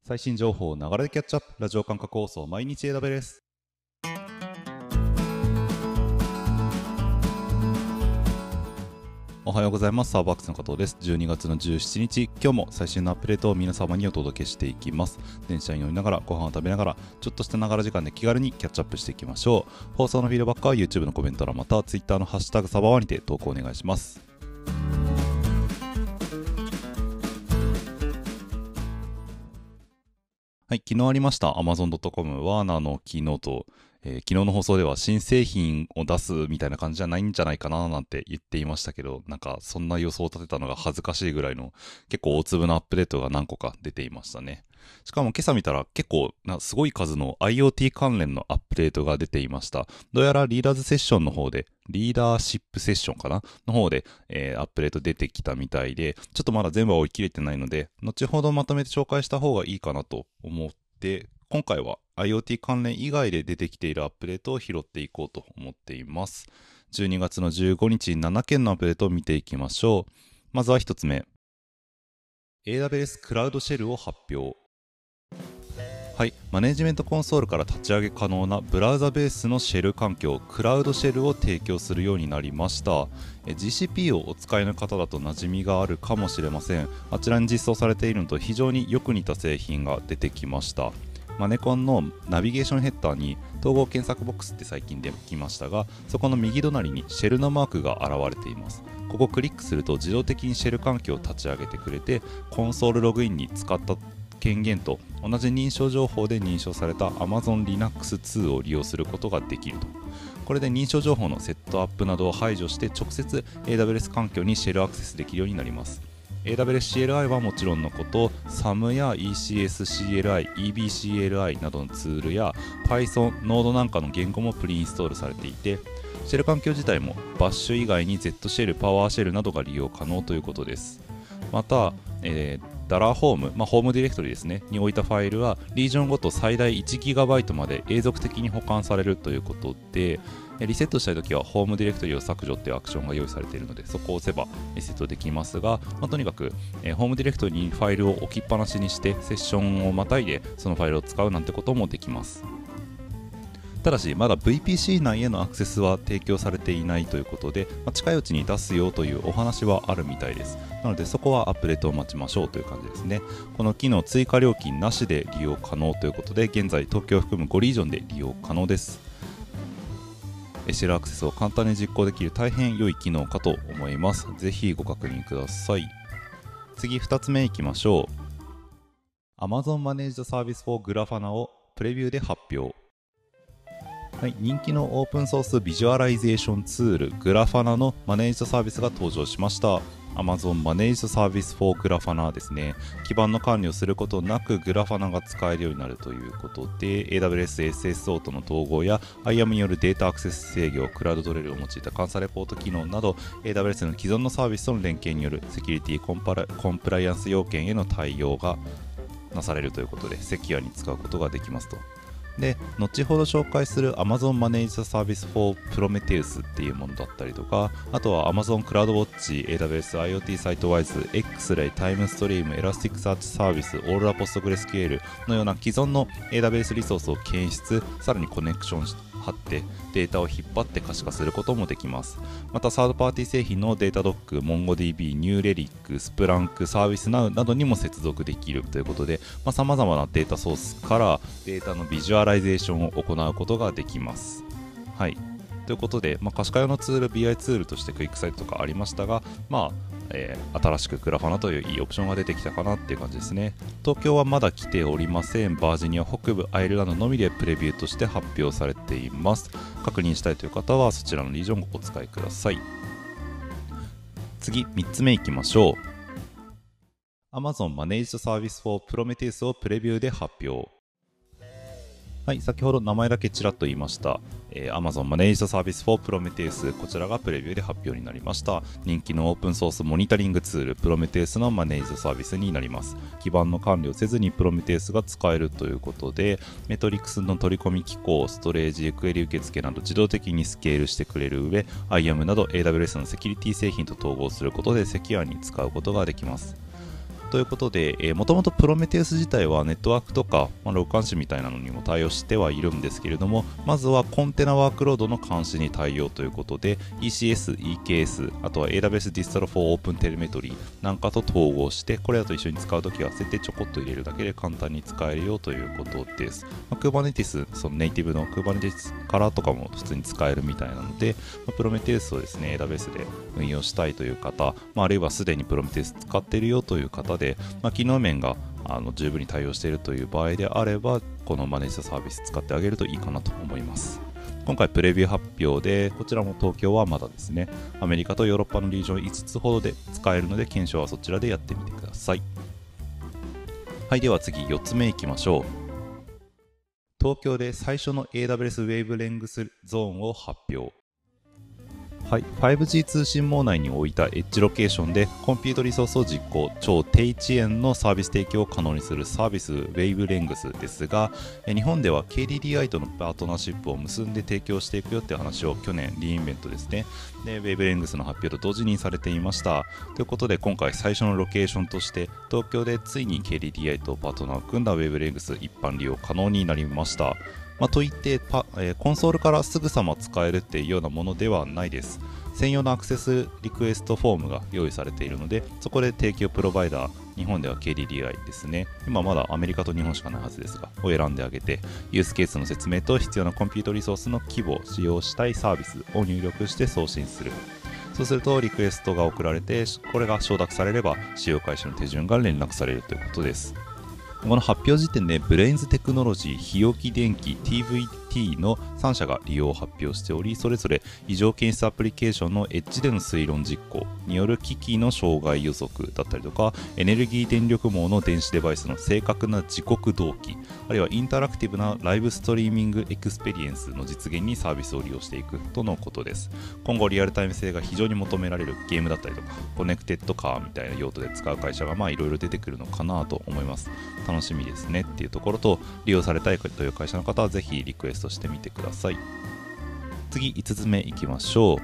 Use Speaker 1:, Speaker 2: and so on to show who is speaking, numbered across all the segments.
Speaker 1: 最新情報をながらでキャッチアップ、ラジオ感覚放送毎日 AW です。おはようございます。サーバーバックスの加藤です。12月の17日、今日も最新のアップデートを皆様にお届けしていきます。電車に乗りながら、ご飯を食べながら、ちょっとしたながら時間で気軽にキャッチアップしていきましょう。放送のフィードバックは YouTube のコメント欄または Twitter のハッシュタグサバワにて投稿お願いします。はい、昨日ありました Amazon.com は昨日と、昨日の放送では新製品を出すみたいな感じじゃないんじゃないかななんて言っていましたけど、なんかそんな予想を立てたのが恥ずかしいぐらいの結構大粒のアップデートが何個か出ていましたね。しかも今朝見たら結構すごい数の IoT 関連のアップデートが出ていました。どうやらリーダーズセッションの方で、リーダーシップセッションかなの方で、アップデート出てきたみたいで、ちょっとまだ全部は追い切れてないので、後ほどまとめて紹介した方がいいかなと思って、今回は IoT 関連以外で出てきているアップデートを拾っていこうと思っています。12月の15日7件のアップデートを見ていきましょう。まずは1つ目。AWS クラウドシェルを発表。はい、マネジメントコンソールから立ち上げ可能なブラウザベースのシェル環境、クラウドシェルを提供するようになりました。GCP をお使いの方だと馴染みがあるかもしれません。あちらに実装されているのと非常によく似た製品が出てきました。マネコンのナビゲーションヘッダーに統合検索ボックスって最近出てきましたが、そこの右隣にシェルのマークが現れています。ここをクリックすると自動的にシェル環境を立ち上げてくれて、コンソールログインに使った権限と同じ認証情報で認証された Amazon Linux 2を利用することができると。これで認証情報のセットアップなどを排除して直接 AWS 環境にシェルアクセスできるようになります。AWS CLI はもちろんのこと、SAM や ECS CLI、EBCLI などのツールや Python、Node なんかの言語もプリインストールされていて、シェル環境自体も Bash 以外に Z シェル、PowerShell などが利用可能ということです。また、ダラーホーム、ホームディレクトリですね、に置いたファイルはリージョンごと最大 1GB まで永続的に保管されるということで、リセットしたいときはホームディレクトリを削除というアクションが用意されているので、そこを押せばリセットできますが、とにかく、ホームディレクトリにファイルを置きっぱなしにしてセッションをまたいでそのファイルを使うなんてこともできます。ただしまだ VPC 内へのアクセスは提供されていないということで、近いうちに出すよというお話はあるみたいです。なのでそこはアップデートを待ちましょうという感じですね。この機能追加料金なしで利用可能ということで、現在東京を含む5リージョンで利用可能です。シェルアクセスを簡単に実行できる大変良い機能かと思います。ぜひご確認ください。次2つ目いきましょう。 Amazon Managed Service for Grafana をプレビューで発表。はい、人気のオープンソースビジュアライゼーションツールグラファナのマネージドサービスが登場しました。 Amazon Managed Service for Grafana ですね。基盤の管理をすることなくグラファナが使えるようになるということで、 AWS SSO との統合や IAM によるデータアクセス制御、クラウドトレイルを用いた監査レポート機能など AWS の既存のサービスとの連携によるセキュリティコンプライアンス要件への対応がなされるということで、セキュアに使うことができますと。で、後ほど紹介する Amazon Managed Service for Prometheus っていうものだったりとか、あとは Amazon CloudWatch、AWS IoT SiteWise、X-Ray、TimeStream、Elasticsearch Service、Aura PostgreSQL のような既存の AWS リソースを検出、さらにコネクション貼ってデータを引っ張って可視化することもできます。またサードパーティー製品のデータドック、MongoDB、New Relic、Splunk、ServiceNow などにも接続できるということで、様々なデータソースからデータのビジュアライゼーションを行うことができます。はい。ということで、可視化用のツール、BI ツールとしてクイックサイトとかありましたが、新しくグラファナといういいオプションが出てきたかなっていう感じですね。東京はまだ来ておりません。バージニア北部、アイルランドのみでプレビューとして発表されています。確認したいという方はそちらのリージョンをお使いください。次、3つ目いきましょう。 Amazon Managed Service for Prometheus をプレビューで発表。はい、先ほど名前だけちらっと言いました、Amazon Managed Service for Prometheus、 こちらがプレビューで発表になりました。人気のオープンソースモニタリングツール Prometheus のマネージドサービスになります。基盤の管理をせずに Prometheus が使えるということで、メトリックスの取り込み機構、ストレージ、クエリ受付など自動的にスケールしてくれる上、 IAM など AWS のセキュリティ製品と統合することでセキュアに使うことができます。 ということで、もともとプロメテウス自体はネットワークとか、ログ監視みたいなのにも対応してはいるんですけれども、まずはコンテナワークロードの監視に対応ということで ECS、EKS、あとは AWS Distro for Open Telemetry なんかと統合して、これらと一緒に使うときは設定ちょこっと入れるだけで簡単に使えるよということです。Kubernetes、そのネイティブの Kubernetes からとかも普通に使えるみたいなので、プロメテウスをですね AWS で運用したいという方、あるいはすでにプロメテウス使っているよという方で、機能面が十分に対応しているという場合であれば、このマネージドサービス使ってあげるといいかなと思います。今回プレビュー発表で、こちらも東京はまだですね、アメリカとヨーロッパのリージョン5つほどで使えるので、検証はそちらでやってみてください。はい、では次4つ目いきましょう。東京で最初の AWS ウェーブレングスゾーンを発表。はい、5G 通信網内に置いたエッジロケーションでコンピュートリソースを実行、超低遅延のサービス提供を可能にするサービスウェイブレングスですが、日本では KDDI とのパートナーシップを結んで提供していくよっていう話を去年リインベントですね、でウェイブレングスの発表と同時にされていました。ということで今回最初のロケーションとして東京でついに KDDI とパートナーを組んだウェイブレングス一般利用可能になりました。といってコンソールからすぐさま使えるっていうようなものではないです。専用のアクセスリクエストフォームが用意されているので、そこで提供プロバイダー、日本では KDDI ですね、今まだアメリカと日本しかないはずですが、を選んであげて、ユースケースの説明と必要なコンピュートリソースの規模、使用したいサービスを入力して送信する。そうするとリクエストが送られて、これが承諾されれば使用開始の手順が連絡されるということです。この発表時点でブレインズテクノロジー、日置電機、TVT の3社が利用を発表しており、それぞれ異常検出アプリケーションのエッジでの推論実行による機器の障害予測だったりとか、エネルギー電力網の電子デバイスの正確な時刻同期、あるいはインタラクティブなライブストリーミングエクスペリエンスの実現にサービスを利用していくとのことです。今後リアルタイム性が非常に求められるゲームだったりとか、コネクテッドカーみたいな用途で使う会社がいろいろ出てくるのかなと思います。楽しみですねっていうところと、利用されたいという会社の方はぜひリクエストしてみてください。次5つ目いきましょう。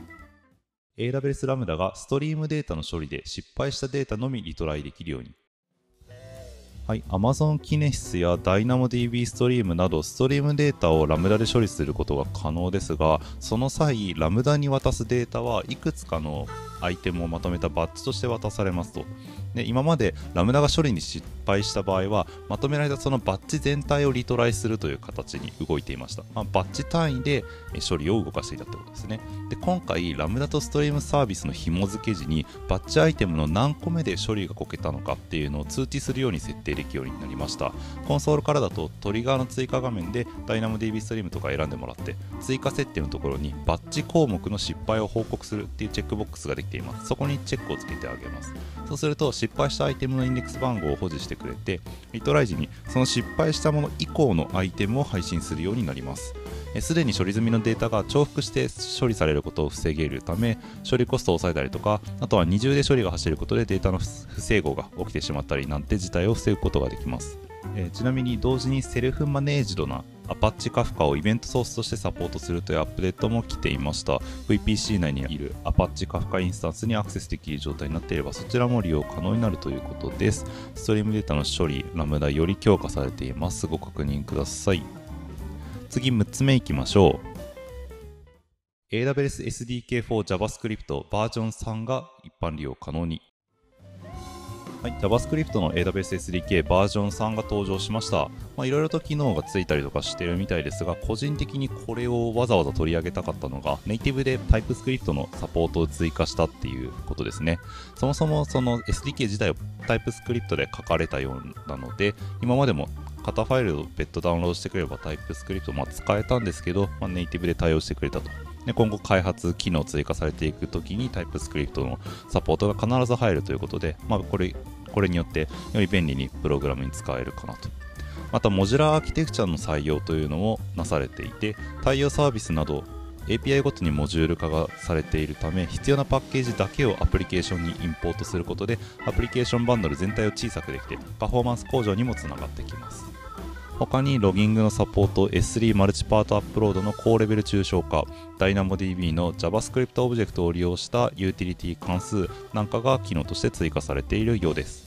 Speaker 1: AWS ラムダがストリームデータの処理で失敗したデータのみリトライできるように。はい、Amazon Kinesis や DynamoDB ストリームなどストリームデータをラムダで処理することが可能ですが、その際ラムダに渡すデータはいくつかのアイテムをまとめたバッジとして渡されますと。で、今までラムダが処理に失敗した場合はまとめられたそのバッジ全体をリトライするという形に動いていました。バッジ単位で処理を動かしていたということですね。で、今回ラムダとストリームサービスの紐付け時にバッジアイテムの何個目で処理がこけたのかっていうのを通知するように設定できるようになりました。コンソールからだとトリガーの追加画面で DynamoDB ストリームとか選んでもらって、追加設定のところにバッジ項目の失敗を報告するっていうチェックボックスができています。そこにチェックをつけてあげます。そうすると失敗したアイテムのインデックス番号を保持してくれて、リトライ時にその失敗したもの以降のアイテムを配信するようになります。すでに処理済みのデータが重複して処理されることを防げるため、処理コストを抑えたりとか、あとは二重で処理が走ることでデータの不整合が起きてしまったりなんて事態を防ぐことができます。ちなみに同時にセルフマネージドな Apache Kafka をイベントソースとしてサポートするというアップデートも来ていました。 VPC 内にいる Apache Kafka インスタンスにアクセスできる状態になっていれば、そちらも利用可能になるということです。ストリームデータの処理、ラムダより強化されています。ご確認ください。次6つ目いきましょう。 AWS SDK for JavaScript バージョン3が一般利用可能に。はい、JavaScript の AWS SDK バージョン3が登場しました。いろいろと機能がついたりとかしているみたいですが、個人的にこれをわざわざ取り上げたかったのが、ネイティブで TypeScript のサポートを追加したっていうことですね。そもそもその SDK 自体を TypeScript で書かれたようなので、今までも型ファイルを別途ダウンロードしてくれば TypeScript 使えたんですけど、ネイティブで対応してくれたと。で、今後開発機能追加されていくときに TypeScript のサポートが必ず入るということで、これによってより便利にプログラムに使えるかなと。またモジュラーアーキテクチャの採用というのもなされていて、対応サービスなど API ごとにモジュール化がされているため、必要なパッケージだけをアプリケーションにインポートすることでアプリケーションバンドル全体を小さくできてパフォーマンス向上にもつながってきます。他にロギングのサポート、S3 マルチパートアップロードの高レベル抽象化、DynamoDB の JavaScript オブジェクトを利用したユーティリティ関数なんかが機能として追加されているようです。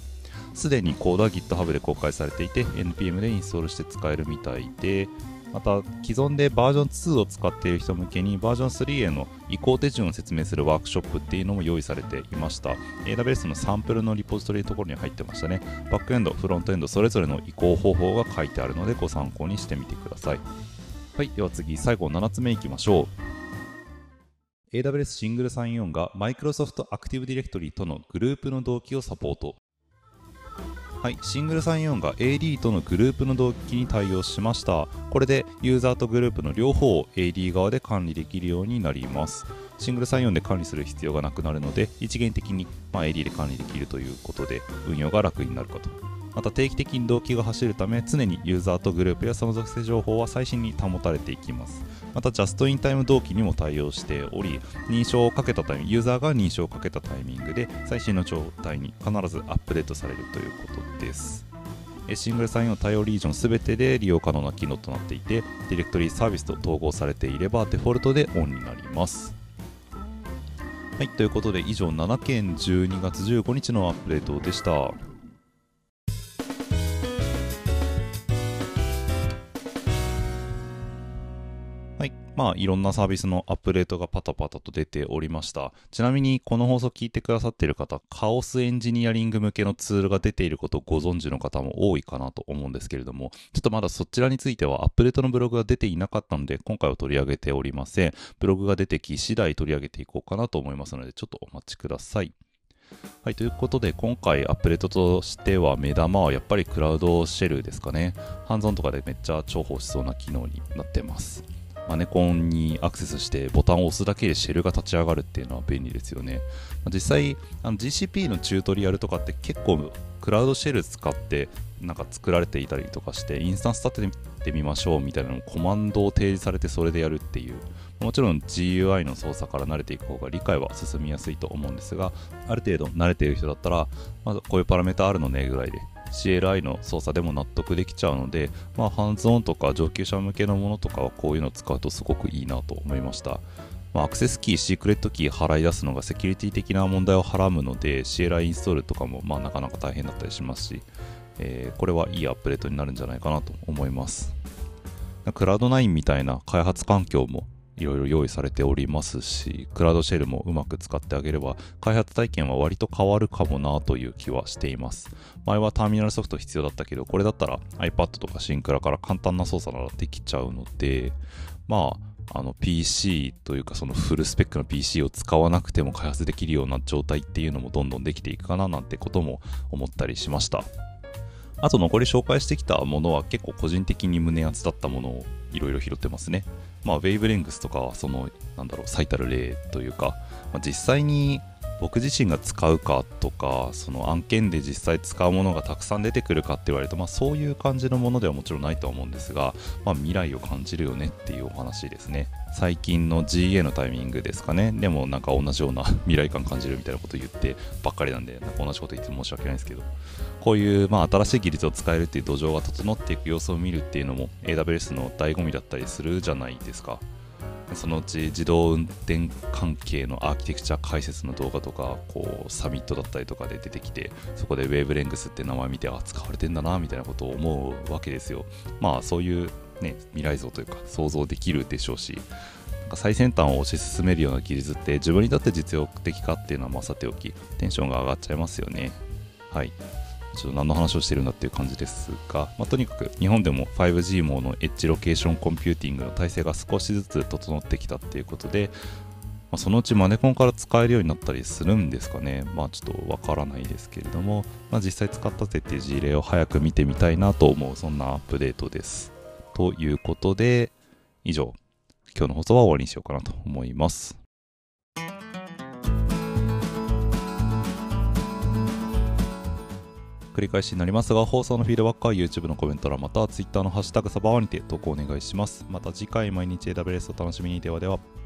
Speaker 1: すでにコードは GitHub で公開されていて NPM でインストールして使えるみたいで、また既存でバージョン2を使っている人向けにバージョン3への移行手順を説明するワークショップっていうのも用意されていました。 AWS のサンプルのリポジトリのところに入ってましたね。バックエンド、フロントエンドそれぞれの移行方法が書いてあるのでご参考にしてみてください。はい、では次最後7つ目いきましょう。 AWS シングルサインオンが Microsoft Active Directory とのグループの同期をサポート。はい、シングルサインオンが AD とのグループの同期に対応しました。これでユーザーとグループの両方を AD 側で管理できるようになります。シングルサインオンで管理する必要がなくなるので、一元的にAD で管理できるということで運用が楽になるかと。また定期的に同期が走るため、常にユーザーとグループやその属性情報は最新に保たれていきます。またジャストインタイム同期にも対応しており、認証をかけたタイミング、ユーザーが認証をかけたタイミングで最新の状態に必ずアップデートされるということです。シングルサインオン対応リージョンすべてで利用可能な機能となっていて、ディレクトリサービスと統合されていればデフォルトでオンになります。はい、ということで以上7件12月15日のアップデートでした。はい、いろんなサービスのアップデートがパタパタと出ておりました。ちなみにこの放送聞いてくださっている方、カオスエンジニアリング向けのツールが出ていることをご存知の方も多いかなと思うんですけれども、ちょっとまだそちらについてはアップデートのブログが出ていなかったので、今回は取り上げておりません。ブログが出てき次第取り上げていこうかなと思いますので、ちょっとお待ちください。はい、ということで今回アップデートとしては目玉はやっぱりクラウドシェルですかね。ハンズオンとかでめっちゃ重宝しそうな機能になってます。マネコンにアクセスしてボタンを押すだけでシェルが立ち上がるっていうのは便利ですよね。実際GCP のチュートリアルとかって結構クラウドシェル使ってなんか作られていたりとかして、インスタンス立ててみましょうみたいなのコマンドを提示されてそれでやるっていう、もちろん GUI の操作から慣れていく方が理解は進みやすいと思うんですが、ある程度慣れている人だったら、こういうパラメータあるのねぐらいでCLI の操作でも納得できちゃうので、ハンズオンとか上級者向けのものとかはこういうのを使うとすごくいいなと思いました。アクセスキー、シークレットキー払い出すのがセキュリティ的な問題をはらむので CLI インストールとかもなかなか大変だったりしますし、これはいいアップデートになるんじゃないかなと思います。クラウド9みたいな開発環境もいろいろ用意されておりますし、クラウドシェルもうまく使ってあげれば開発体験は割と変わるかもなという気はしています。前はターミナルソフト必要だったけど、これだったら iPad とかシンクラから簡単な操作ならできちゃうので、PC というかそのフルスペックの PC を使わなくても開発できるような状態っていうのもどんどんできていくかななんてことも思ったりしました。あと残り紹介してきたものは結構個人的に胸熱だったものをいろいろ拾ってますね。ウェイブレングスとかはその最たる例というか、実際に僕自身が使うかとか、その案件で実際使うものがたくさん出てくるかって言われると、そういう感じのものではもちろんないとは思うんですが、未来を感じるよねっていうお話ですね。最近の GA のタイミングですかね。でも同じような未来感感じるみたいなことを言ってばっかりなんで、同じこと言って申し訳ないんですけど、こういう新しい技術を使えるっていう土壌が整っていく様子を見るっていうのも AWS の醍醐味だったりするじゃないですか。そのうち自動運転関係のアーキテクチャ解説の動画とかサミットだったりとかで出てきて、そこでウェーブレングスって名前見て使われてんだなみたいなことを思うわけですよ。そういうね、未来像というか想像できるでしょうし、最先端を推し進めるような技術って自分にとって実用的かっていうのはさておき、テンションが上がっちゃいますよね。はい、ちょっと何の話をしてるんだっていう感じですが、とにかく日本でも 5G 網のエッジロケーションコンピューティングの体制が少しずつ整ってきたっていうことで、そのうちマネコンから使えるようになったりするんですかね。ちょっとわからないですけれども、実際使ったぜっていう事例を早く見てみたいなと思う、そんなアップデートです。ということで、以上、今日の放送は終わりにしようかなと思います。繰り返しになりますが、放送のフィードバックは YouTube のコメント欄または Twitter のハッシュタグサバワにて投稿お願いします。また次回毎日 AWS を楽しみに。ではでは。